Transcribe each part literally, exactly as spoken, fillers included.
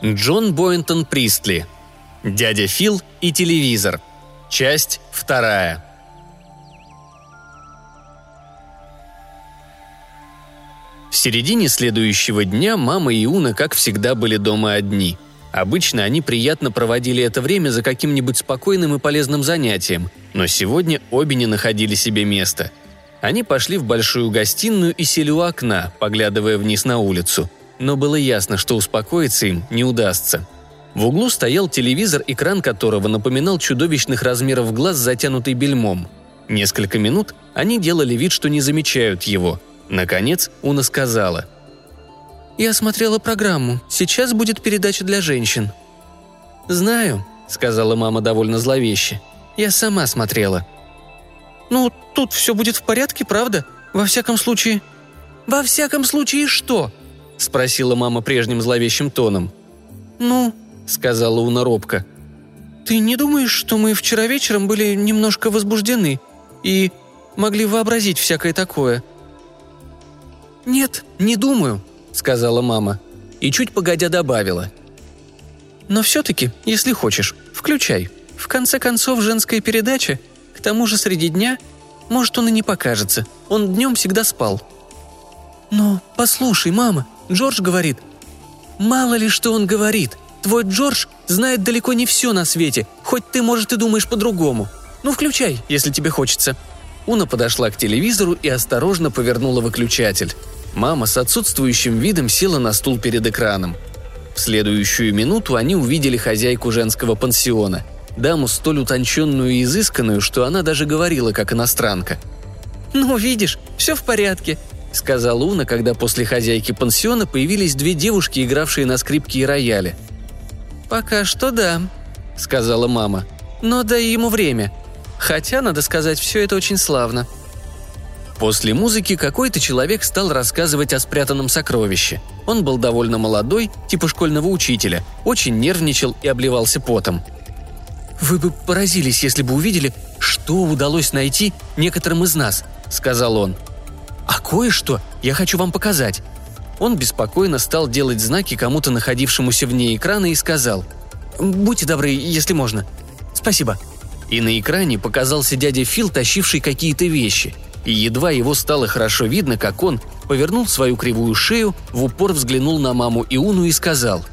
Джон Бойнтон Пристли. Дядя Фил и телевизор. Часть вторая. В середине следующего дня мама и Уна, как всегда, были дома одни. Обычно они приятно проводили это время за каким-нибудь спокойным и полезным занятием, но сегодня обе не находили себе места. Они пошли в большую гостиную и сели у окна, поглядывая вниз на улицу. Но было ясно, что успокоиться им не удастся. В углу стоял телевизор, экран которого напоминал чудовищных размеров глаз, затянутый бельмом. Несколько минут они делали вид, что не замечают его. Наконец Уна сказала: «Я смотрела программу. Сейчас будет передача для женщин». «Знаю», — сказала мама довольно зловеще. «Я сама смотрела». «Ну, тут все будет в порядке, правда? Во всяком случае...» «Во всяком случае что?» — спросила мама прежним зловещим тоном. «Ну...» — сказала Уна робко. «Ты не думаешь, что мы вчера вечером были немножко возбуждены и могли вообразить всякое такое?» «Нет, не думаю», — сказала мама. И чуть погодя добавила. «Но все-таки, если хочешь, включай. В конце концов, женская передача. К тому же среди дня. Может, он и не покажется. Он днем всегда спал». «Но послушай, мама, Джордж говорит...» «Мало ли, что он говорит. Твой Джордж знает далеко не все на свете, хоть ты, может, и думаешь по-другому. Ну, включай, если тебе хочется». Уна подошла к телевизору и осторожно повернула выключатель. Мама с отсутствующим видом села на стул перед экраном. В следующую минуту они увидели хозяйку женского пансиона. Даму столь утонченную и изысканную, что она даже говорила как иностранка. «Ну, видишь, все в порядке», — сказала Уна, когда после хозяйки пансиона появились две девушки, игравшие на скрипке и рояле. «Пока что да», — сказала мама. «Но дай ему время. Хотя, надо сказать, все это очень славно». После музыки какой-то человек стал рассказывать о спрятанном сокровище. Он был довольно молодой, типа школьного учителя, очень нервничал и обливался потом. «Вы бы поразились, если бы увидели, что удалось найти некоторым из нас», — сказал он. «А кое-что я хочу вам показать». Он беспокойно стал делать знаки кому-то, находившемуся вне экрана, и сказал: «Будьте добры, если можно. Спасибо». И на экране показался дядя Фил, тащивший какие-то вещи. И едва его стало хорошо видно, как он повернул свою кривую шею, в упор взглянул на маму и Уну и сказал: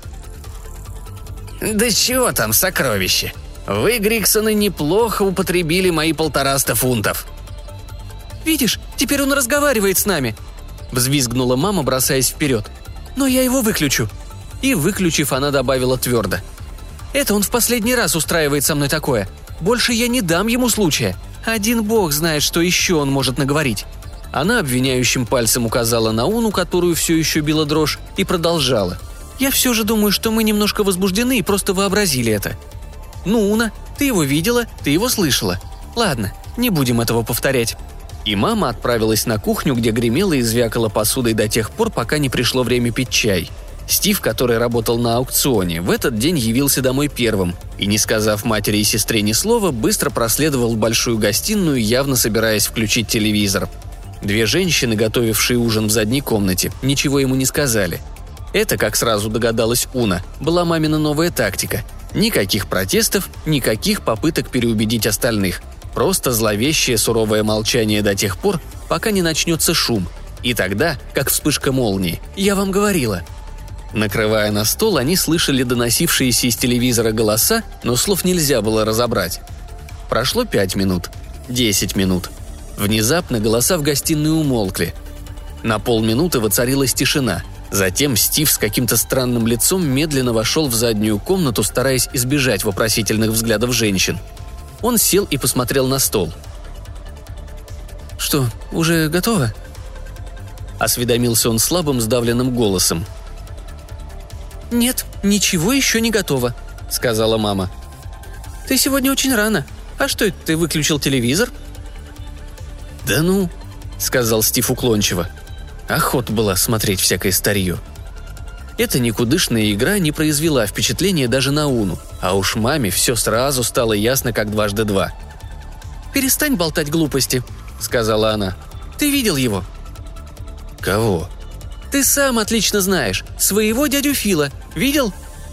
«Да чего там сокровище? Вы, Гриксоны, неплохо употребили мои полтораста фунтов». «Видишь, теперь он разговаривает с нами», — взвизгнула мама, бросаясь вперед. «Но я его выключу». И, выключив, она добавила твердо: «Это он в последний раз устраивает со мной такое. Больше я не дам ему случая. Один бог знает, что еще он может наговорить». Она обвиняющим пальцем указала на Уну, которую все еще била дрожь, и продолжала: «Я все же думаю, что мы немножко возбуждены и просто вообразили это. Ну, Уна, ты его видела, ты его слышала. Ладно, не будем этого повторять». И мама отправилась на кухню, где гремела и звякала посудой до тех пор, пока не пришло время пить чай. Стив, который работал на аукционе, в этот день явился домой первым и, не сказав матери и сестре ни слова, быстро проследовал в большую гостиную, явно собираясь включить телевизор. Две женщины, готовившие ужин в задней комнате, ничего ему не сказали. Это, как сразу догадалась Уна, была мамина новая тактика. Никаких протестов, никаких попыток переубедить остальных. Просто зловещее суровое молчание до тех пор, пока не начнется шум. И тогда, как вспышка молнии, «Я вам говорила». Накрывая на стол, они слышали доносившиеся из телевизора голоса, но слов нельзя было разобрать. Прошло пять минут. Десять минут. Внезапно голоса в гостиной умолкли. На полминуты воцарилась тишина. Затем Стив с каким-то странным лицом медленно вошел в заднюю комнату, стараясь избежать вопросительных взглядов женщин. Он сел и посмотрел на стол. «Что, уже готово?» – осведомился он слабым, сдавленным голосом. «Нет, ничего еще не готово», – сказала мама. «Ты сегодня очень рано. А что это ты выключил телевизор?» «Да ну», – сказал Стив уклончиво. Охота была смотреть всякое старье. Эта никудышная игра не произвела впечатления даже на Уну, а уж маме все сразу стало ясно, как дважды два. «Перестань болтать глупости», — сказала она. «Ты видел его?» «Кого?» «Ты сам отлично знаешь. Своего дядю Фила. Видел?»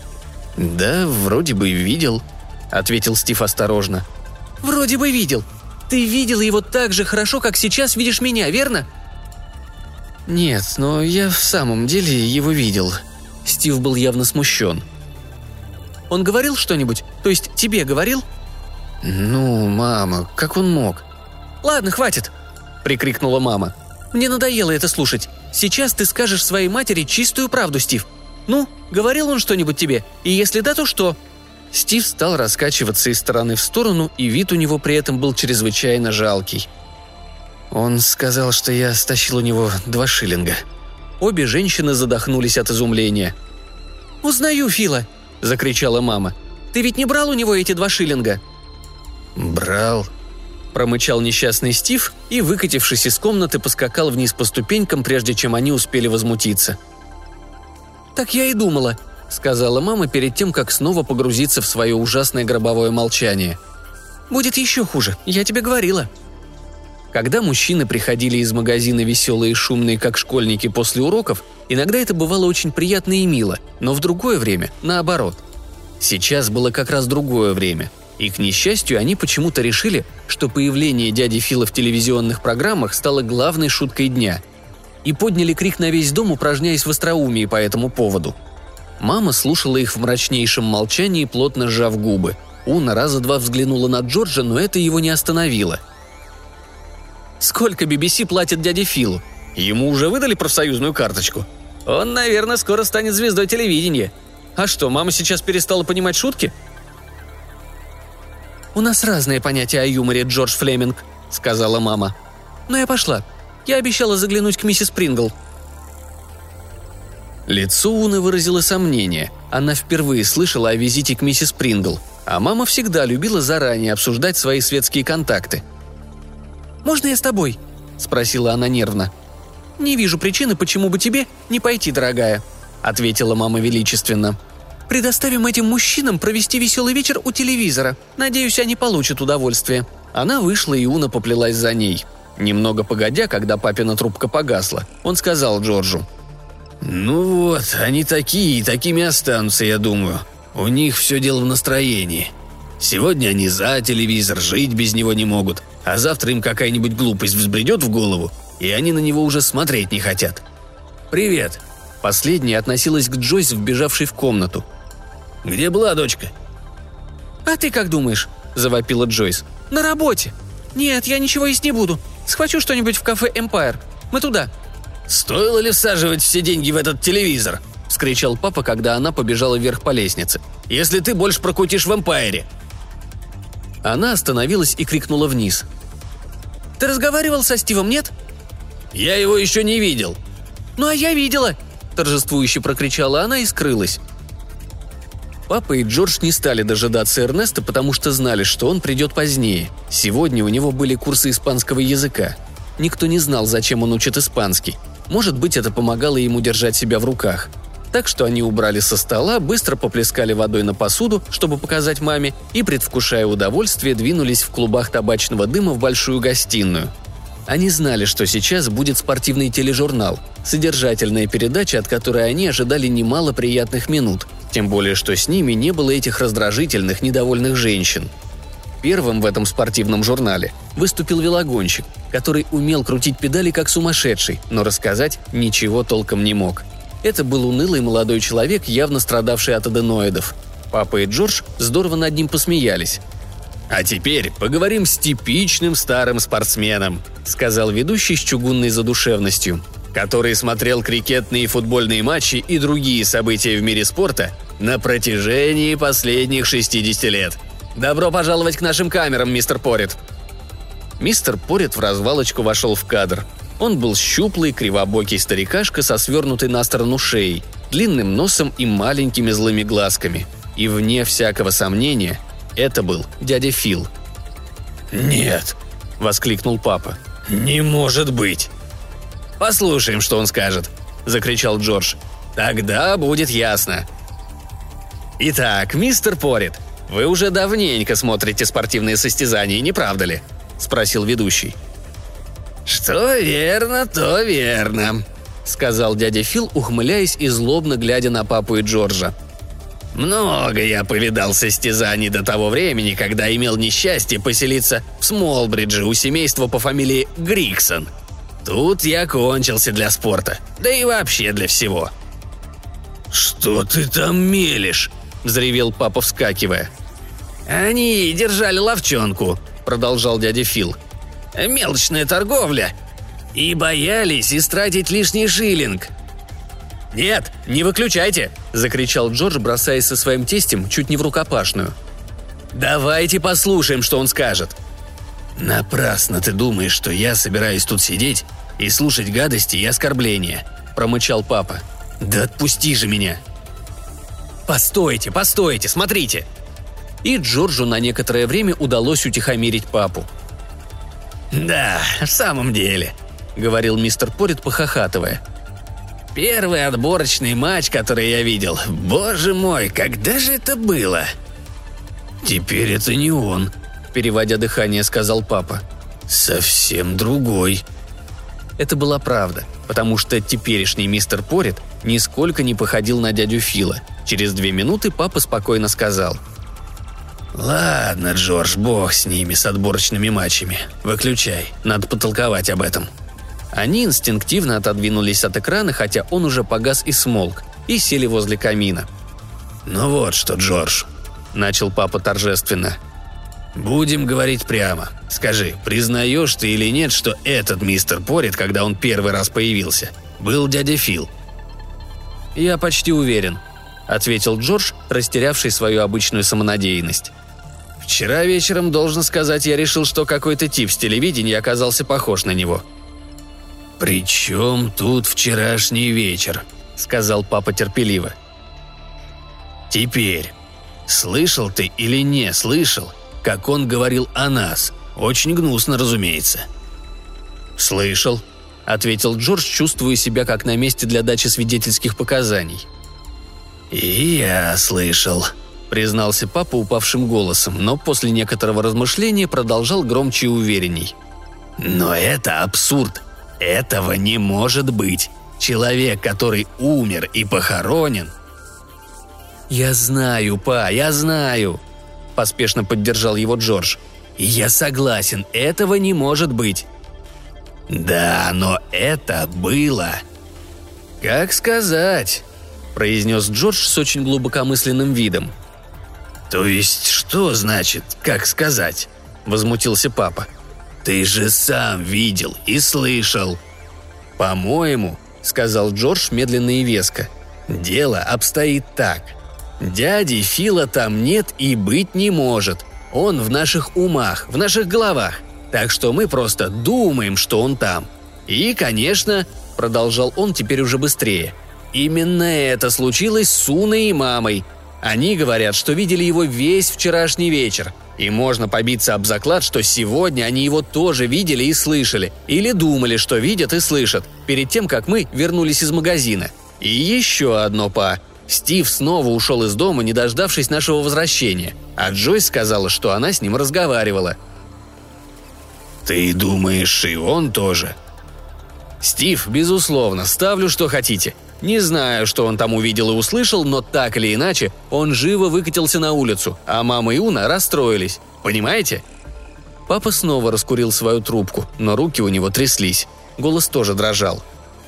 «Да, вроде бы видел», — ответил Стив осторожно. «Вроде бы видел. Ты видел его так же хорошо, как сейчас видишь меня, верно?» «Нет, но я в самом деле его видел». Стив был явно смущен. «Он говорил что-нибудь? То есть тебе говорил?» «Ну, мама, как он мог?» «Ладно, хватит!» – прикрикнула мама. «Мне надоело это слушать. Сейчас ты скажешь своей матери чистую правду, Стив. Ну, говорил он что-нибудь тебе? И если да, то что?» Стив стал раскачиваться из стороны в сторону, и вид у него при этом был чрезвычайно жалкий. Он сказал, что я стащил у него два шиллинга. Обе женщины задохнулись от изумления. «Узнаю Фила!» – закричала мама. «Ты ведь не брал у него эти два шиллинга?» «Брал», – промычал несчастный Стив и, выкатившись из комнаты, поскакал вниз по ступенькам, прежде чем они успели возмутиться. «Так я и думала», – сказала мама перед тем, как снова погрузиться в свое ужасное гробовое молчание. «Будет еще хуже, я тебе говорила». Когда мужчины приходили из магазина веселые и шумные, как школьники после уроков, иногда это бывало очень приятно и мило, но в другое время – наоборот. Сейчас было как раз другое время, и, к несчастью, они почему-то решили, что появление дяди Фила в телевизионных программах стало главной шуткой дня, и подняли крик на весь дом, упражняясь в остроумии по этому поводу. Мама слушала их в мрачнейшем молчании, плотно сжав губы. Уна раза два взглянула на Джорджа, но это его не остановило. «Сколько би би си платит дяде Филу? Ему уже выдали профсоюзную карточку? Он, наверное, скоро станет звездой телевидения. А что, мама сейчас перестала понимать шутки?» «У нас разные понятия о юморе, Джордж Флеминг», — сказала мама. «Но я пошла. Я обещала заглянуть к миссис Прингл». Лицо Уны выразило сомнение. Она впервые слышала о визите к миссис Прингл, а мама всегда любила заранее обсуждать свои светские контакты. «Можно я с тобой?» – спросила она нервно. «Не вижу причины, почему бы тебе не пойти, дорогая», – ответила мама величественно. «Предоставим этим мужчинам провести веселый вечер у телевизора. Надеюсь, они получат удовольствие». Она вышла, и Уна поплелась за ней. Немного погодя, когда папина трубка погасла, он сказал Джорджу. «Ну вот, они такие и такими останутся, я думаю. У них все дело в настроении. Сегодня они за телевизор, жить без него не могут, а завтра им какая-нибудь глупость взбредет в голову, и они на него уже смотреть не хотят. Привет!» Последняя относилась к Джойс, вбежавшей в комнату. «Где была дочка?» «А ты как думаешь?» – завопила Джойс. «На работе. Нет, я ничего есть не буду. Схвачу что-нибудь в кафе «Эмпайр». Мы туда». «Стоило ли всаживать все деньги в этот телевизор?» – вскричал папа, когда она побежала вверх по лестнице. «Если ты больше прокутишь в «Эмпайре». Она остановилась и крикнула вниз. «Ты разговаривал со Стивом, нет?» «Я его еще не видел». «Ну а я видела!» – торжествующе прокричала она и скрылась. Папа и Джордж не стали дожидаться Эрнеста, потому что знали, что он придет позднее. Сегодня у него были курсы испанского языка. Никто не знал, зачем он учит испанский. Может быть, это помогало ему держать себя в руках. Так что они убрали со стола, быстро поплескали водой на посуду, чтобы показать маме, и, предвкушая удовольствие, двинулись в клубах табачного дыма в большую гостиную. Они знали, что сейчас будет спортивный тележурнал, содержательная передача, от которой они ожидали немало приятных минут, тем более что с ними не было этих раздражительных, недовольных женщин. Первым в этом спортивном журнале выступил велогонщик, который умел крутить педали как сумасшедший, но рассказать ничего толком не мог. Это был унылый молодой человек, явно страдавший от аденоидов. Папа и Джордж здорово над ним посмеялись. «А теперь поговорим с типичным старым спортсменом», — сказал ведущий с чугунной задушевностью, который смотрел крикетные и футбольные матчи и другие события в мире спорта на протяжении последних шестидесяти лет. «Добро пожаловать к нашим камерам, мистер Поррит». Мистер Поррит в развалочку вошел в кадр. Он был щуплый, кривобокий старикашка со свернутой на сторону шеей, длинным носом и маленькими злыми глазками. И вне всякого сомнения, это был дядя Фил. «Нет!» – воскликнул папа. «Не может быть!» «Послушаем, что он скажет», – закричал Джордж. «Тогда будет ясно». «Итак, мистер Поррит, вы уже давненько смотрите спортивные состязания, не правда ли?» – спросил ведущий. «Что верно, то верно», — сказал дядя Фил, ухмыляясь и злобно глядя на папу и Джорджа. Много я повидал состязаний до того времени, когда имел несчастье поселиться в Смолбридже у семейства по фамилии Гриксон. Тут я кончился для спорта, да и вообще для всего». «Что ты там мелешь?» – взревел папа, вскакивая. «Они держали ловчонку», – продолжал дядя Фил. «Мелочная торговля. И боялись истратить лишний шиллинг». «Нет, не выключайте!» – закричал Джордж, бросаясь со своим тестем чуть не в рукопашную. «Давайте послушаем, что он скажет». «Напрасно ты думаешь, что я собираюсь тут сидеть и слушать гадости и оскорбления», – промычал папа. «Да отпусти же меня!» «Постойте, постойте, смотрите!» И Джорджу на некоторое время удалось утихомирить папу. «Да, в самом деле», — говорил мистер Поррит, похохатывая. «Первый отборочный матч, который я видел, боже мой, когда же это было?» «Теперь это не он», — переводя дыхание, сказал папа. «Совсем другой». Это была правда, потому что теперешний мистер Поррит нисколько не походил на дядю Фила. Через две минуты папа спокойно сказал: «Ладно, Джордж, бог с ними, с отборочными матчами. Выключай, надо потолковать об этом». Они инстинктивно отодвинулись от экрана, хотя он уже погас и смолк, и сели возле камина. «Ну вот что, Джордж», — начал папа торжественно. «Будем говорить прямо. Скажи, признаешь ты или нет, что этот мистер Поррит, когда он первый раз появился, был дядя Фил?» «Я почти уверен», — ответил Джордж, растерявший свою обычную самонадеянность. «Вчера вечером, должен сказать, я решил, что какой-то тип с телевидения оказался похож на него». «При чем тут вчерашний вечер?» – сказал папа терпеливо. «Теперь, слышал ты или не слышал, как он говорил о нас? Очень гнусно, разумеется». «Слышал», – ответил Джордж, чувствуя себя как на месте для дачи свидетельских показаний. «И я слышал», – признался папа упавшим голосом, но после некоторого размышления продолжал громче и уверенней. «Но это абсурд. Этого не может быть. Человек, который умер и похоронен...» «Я знаю, па, я знаю», – поспешно поддержал его Джордж. «И я согласен, этого не может быть». «Да, но это было...» «Как сказать?» – произнес Джордж с очень глубокомысленным видом. «То есть что значит «как сказать»?» – возмутился папа. «Ты же сам видел и слышал». «По-моему», — сказал Джордж медленно и веско, — «дело обстоит так. Дяди Фила там нет и быть не может. Он в наших умах, в наших головах. Так что мы просто думаем, что он там. И, конечно, — продолжал он теперь уже быстрее, — именно это случилось с Уной и мамой. Они говорят, что видели его весь вчерашний вечер. И можно побиться об заклад, что сегодня они его тоже видели и слышали. Или думали, что видят и слышат, перед тем, как мы вернулись из магазина. И еще одно, па. Стив снова ушел из дома, не дождавшись нашего возвращения. А Джойс сказала, что она с ним разговаривала. «Ты думаешь, и он тоже?» «Стив, безусловно, ставлю, что хотите. Не знаю, что он там увидел и услышал, но так или иначе, он живо выкатился на улицу, а мама и Уна расстроились. Понимаете?» Папа снова раскурил свою трубку, но руки у него тряслись. Голос тоже дрожал.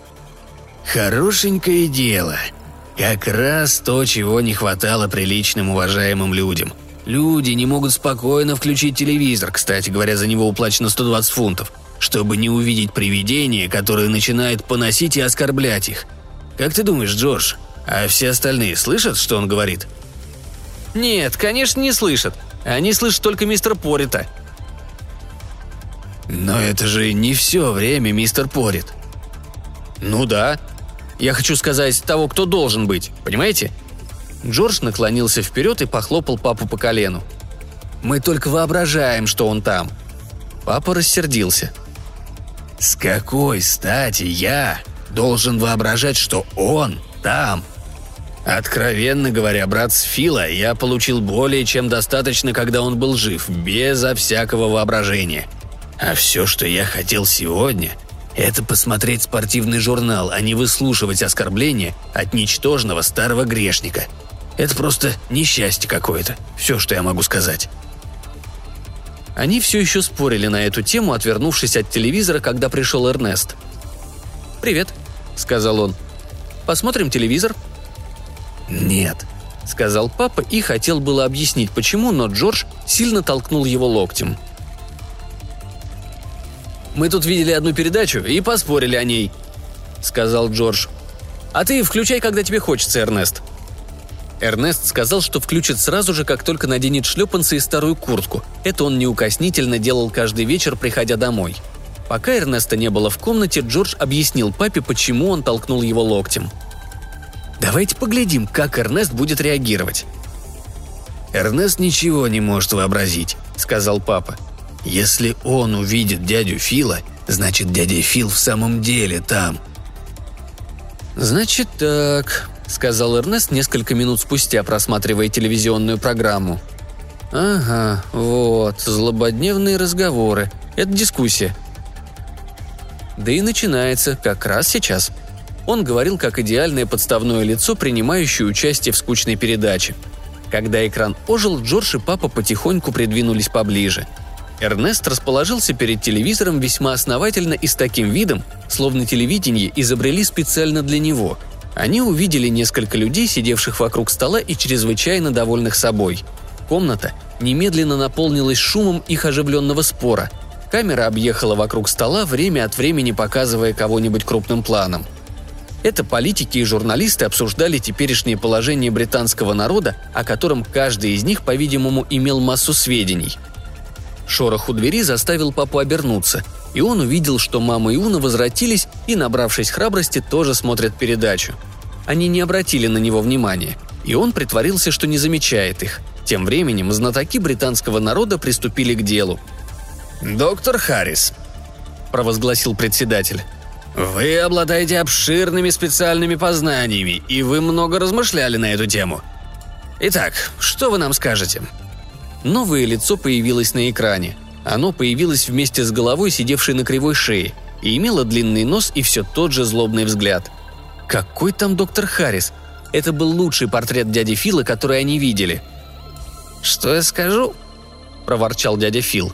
«Хорошенькое дело. Как раз то, чего не хватало приличным уважаемым людям. Люди не могут спокойно включить телевизор, кстати говоря, за него уплачено сто двадцать фунтов, чтобы не увидеть привидение, которое начинает поносить и оскорблять их. Как ты думаешь, Джордж, а все остальные слышат, что он говорит?» «Нет, конечно, не слышат. Они слышат только мистера Поррита». «Но это же не все время мистер Поррит». «Ну да. Я хочу сказать того, кто должен быть, понимаете?» Джордж наклонился вперед и похлопал папу по колену. «Мы только воображаем, что он там». Папа рассердился. «С какой стати я должен воображать, что он там? Откровенно говоря, брат Фила, я получил более чем достаточно, когда он был жив, безо всякого воображения. А все, что я хотел сегодня, это посмотреть спортивный журнал, а не выслушивать оскорбления от ничтожного старого грешника. Это просто несчастье какое-то. Все, что я могу сказать». Они все еще спорили на эту тему, отвернувшись от телевизора, когда пришел Эрнест. «Привет», — сказал он. «Посмотрим телевизор?» «Нет», — сказал папа и хотел было объяснить, почему, но Джордж сильно толкнул его локтем. «Мы тут видели одну передачу и поспорили о ней», — сказал Джордж. «А ты включай, когда тебе хочется, Эрнест». Эрнест сказал, что включит сразу же, как только наденет шлепанцы и старую куртку. Это он неукоснительно делал каждый вечер, приходя домой. Пока Эрнеста не было в комнате, Джордж объяснил папе, почему он толкнул его локтем. «Давайте поглядим, как Эрнест будет реагировать». «Эрнест ничего не может вообразить», — сказал папа. «Если он увидит дядю Фила, значит, дядя Фил в самом деле там». «Значит так», — сказал Эрнест несколько минут спустя, просматривая телевизионную программу. «Ага, вот, злободневные разговоры. Это дискуссия». Да и начинается как раз сейчас. Он говорил как идеальное подставное лицо, принимающее участие в скучной передаче. Когда экран ожил, Джордж и папа потихоньку придвинулись поближе. Эрнест расположился перед телевизором весьма основательно и с таким видом, словно телевидение изобрели специально для него. Они увидели несколько людей, сидевших вокруг стола и чрезвычайно довольных собой. Комната немедленно наполнилась шумом их оживленного спора. Камера объехала вокруг стола, время от времени показывая кого-нибудь крупным планом. Это политики и журналисты обсуждали теперешнее положение британского народа, о котором каждый из них, по-видимому, имел массу сведений. Шорох у двери заставил папу обернуться, и он увидел, что мама и Уна возвратились и, набравшись храбрости, тоже смотрят передачу. Они не обратили на него внимания, и он притворился, что не замечает их. Тем временем знатоки британского народа приступили к делу. «Доктор Харрис», – провозгласил председатель. «Вы обладаете обширными специальными познаниями, и вы много размышляли на эту тему. Итак, что вы нам скажете?» Новое лицо появилось на экране. Оно появилось вместе с головой, сидевшей на кривой шее, и имело длинный нос и все тот же злобный взгляд. Какой там доктор Харрис? Это был лучший портрет дяди Фила, который они видели. «Что я скажу?» – проворчал дядя Фил.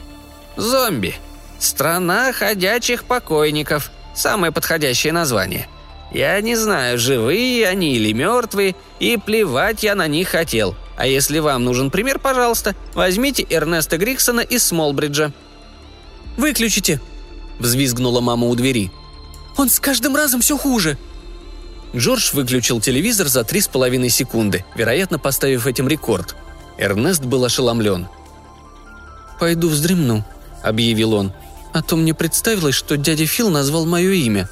«Зомби. Страна ходячих покойников. Самое подходящее название. Я не знаю, живые они или мертвые, и плевать я на них хотел. А если вам нужен пример, пожалуйста, возьмите Эрнеста Гриксона из Смолбриджа». «Выключите!» – взвизгнула мама у двери. «Он с каждым разом все хуже!» Джордж выключил телевизор за три с половиной секунды, вероятно, поставив этим рекорд. Эрнест был ошеломлен. «Пойду вздремну», – объявил он. «А то мне представилось, что дядя Фил назвал мое имя».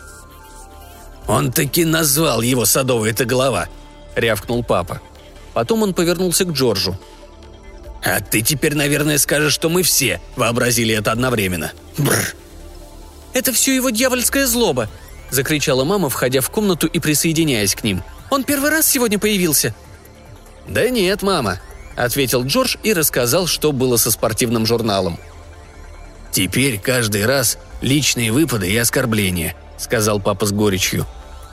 «Он таки назвал его садовая-то голова», – рявкнул папа. Потом он повернулся к Джорджу. «А ты теперь, наверное, скажешь, что мы все вообразили это одновременно. Бррр». «Это все его дьявольская злоба!» – закричала мама, входя в комнату и присоединяясь к ним. «Он первый раз сегодня появился?» «Да нет, мама», – ответил Джордж и рассказал, что было со спортивным журналом. «Теперь каждый раз личные выпады и оскорбления», – сказал папа с горечью.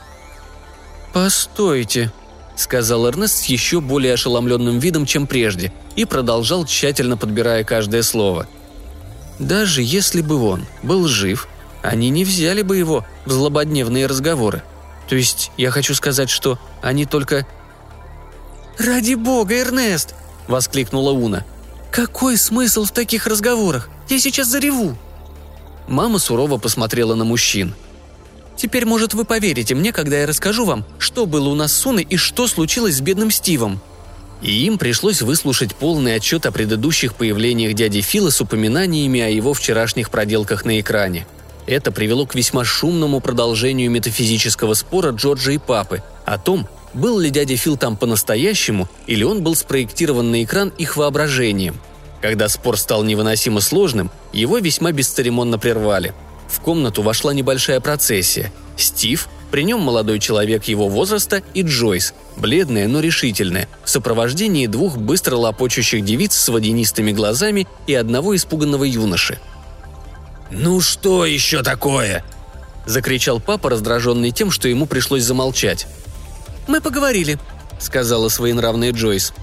«Постойте», – сказал Эрнест с еще более ошеломленным видом, чем прежде, и продолжал, тщательно подбирая каждое слово. «Даже если бы он был жив, они не взяли бы его в злободневные разговоры. То есть я хочу сказать, что они только...» «Ради бога, Эрнест!» – воскликнула Уна. «Какой смысл в таких разговорах? Я сейчас зареву!» Мама сурово посмотрела на мужчин. «Теперь, может, вы поверите мне, когда я расскажу вам, что было у нас с Уной и что случилось с бедным Стивом». И им пришлось выслушать полный отчет о предыдущих появлениях дяди Фила с упоминаниями о его вчерашних проделках на экране. Это привело к весьма шумному продолжению метафизического спора Джорджа и папы о том, был ли дядя Фил там по-настоящему или он был спроектирован на экран их воображением. Когда спор стал невыносимо сложным, его весьма бесцеремонно прервали. В комнату вошла небольшая процессия. Стив, при нем молодой человек его возраста, и Джойс, бледная, но решительная, в сопровождении двух быстро лопочущих девиц с водянистыми глазами и одного испуганного юноши. «Ну что еще такое?» – закричал папа, раздраженный тем, что ему пришлось замолчать. «Мы поговорили», – сказала своенравная Джойс.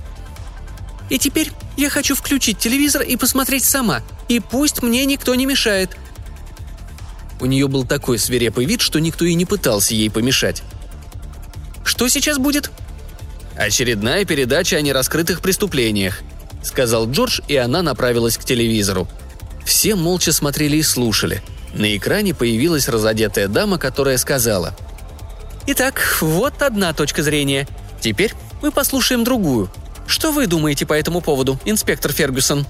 «И теперь я хочу включить телевизор и посмотреть сама, и пусть мне никто не мешает». У нее был такой свирепый вид, что никто и не пытался ей помешать. «Что сейчас будет?» «Очередная передача о нераскрытых преступлениях», — сказал Джордж, и она направилась к телевизору. Все молча смотрели и слушали. На экране появилась разодетая дама, которая сказала: «Итак, вот одна точка зрения. Теперь мы послушаем другую. Что вы думаете по этому поводу, инспектор Фергюсон?»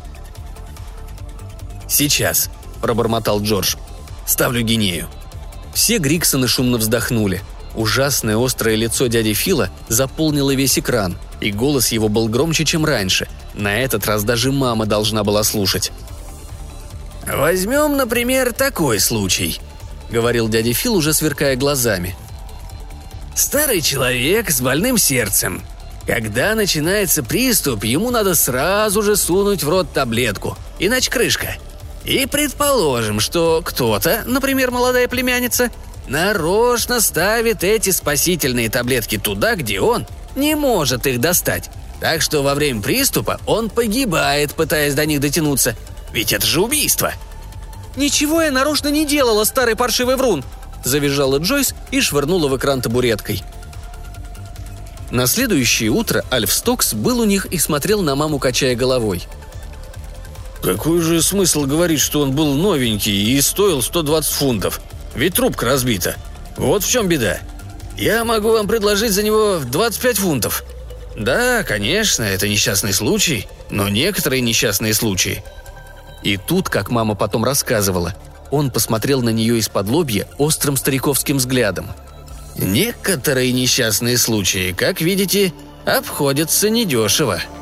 «Сейчас», — пробормотал Джордж. «Ставлю гинею». Все Григсоны шумно вздохнули. Ужасное острое лицо дяди Фила заполнило весь экран, и голос его был громче, чем раньше. На этот раз даже мама должна была слушать. «Возьмем, например, такой случай», — говорил дядя Фил, уже сверкая глазами. «Старый человек с больным сердцем. Когда начинается приступ, ему надо сразу же сунуть в рот таблетку, иначе крышка. И предположим, что кто-то, например, молодая племянница, нарочно ставит эти спасительные таблетки туда, где он не может их достать. Так что во время приступа он погибает, пытаясь до них дотянуться. Ведь это же убийство!» «Ничего я нарочно не делала, старый паршивый врун!» – завизжала Джойс и швырнула в экран табуреткой. На следующее утро Альф Стокс был у них и смотрел на маму, качая головой. «Какой же смысл говорить, что он был новенький и стоил сто двадцать фунтов? Ведь трубка разбита. Вот в чем беда. Я могу вам предложить за него двадцать пять фунтов. Да, конечно, это несчастный случай, но некоторые несчастные случаи». И тут, как мама потом рассказывала, он посмотрел на нее из-под лобья острым стариковским взглядом. «Некоторые несчастные случаи, как видите, обходятся недешево».